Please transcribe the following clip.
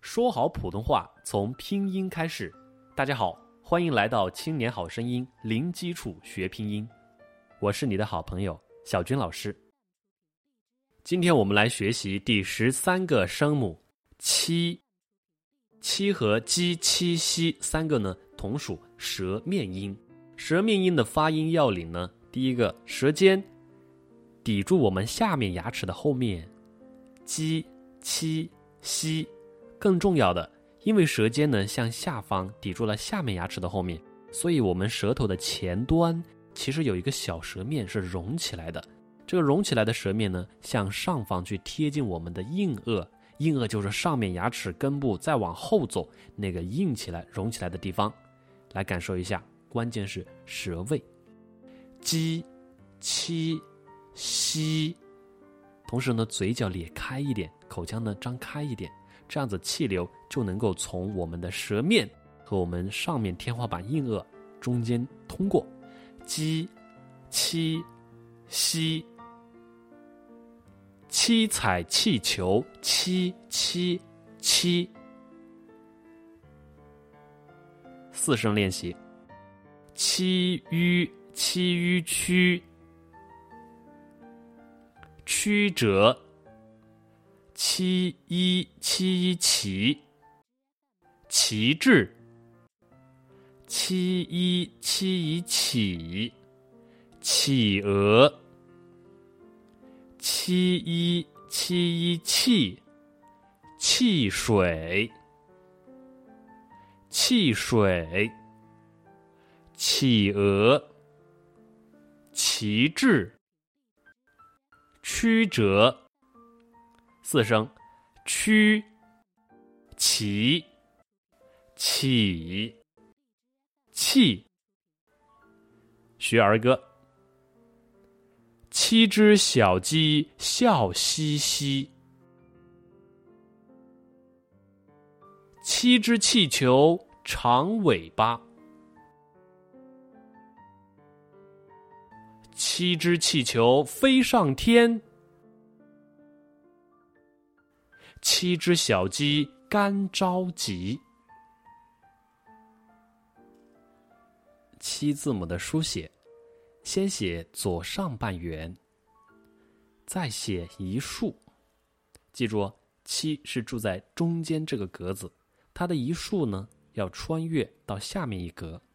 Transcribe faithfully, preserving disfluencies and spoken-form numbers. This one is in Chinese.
说好普通话从拼音开始。大家好，欢迎来到青年好声音零基础学拼音，我是你的好朋友小军老师。今天我们来学习第十三个声母七。七和鸡、七、西三个呢同属舌面音。舌面音的发音要领呢，第一个，舌尖抵住我们下面牙齿的后面，鸡、七、西。更重要的，因为舌尖呢向下方抵住了下面牙齿的后面，所以我们舌头的前端其实有一个小舌面是隆起来的。这个隆起来的舌面呢，向上方去贴近我们的硬腭，硬腭就是上面牙齿根部再往后走那个硬起来、隆起来的地方。来感受一下，关键是舌位，鸡、七、西。同时呢，嘴角咧开一点，口腔呢张开一点，这样子气流就能够从我们的舌面和我们上面天花板硬腭中间通过。鸡、七、西。七彩气球，七七七。四声练习。七淤，七淤曲，曲折。七一，七一起，旗帜。七一，七一起，企鹅。七一，七一气，汽水。汽水。企鹅。旗帜。曲折。四声，曲、起、起、气。学儿歌。七只小鸡笑嘻嘻，七只气球长尾巴，七只气球飞上天，七只小鸡干着急。七字母的书写，先写左上半圆，再写一竖。记住哦，七是住在中间这个格子，它的一竖呢要穿越到下面一格，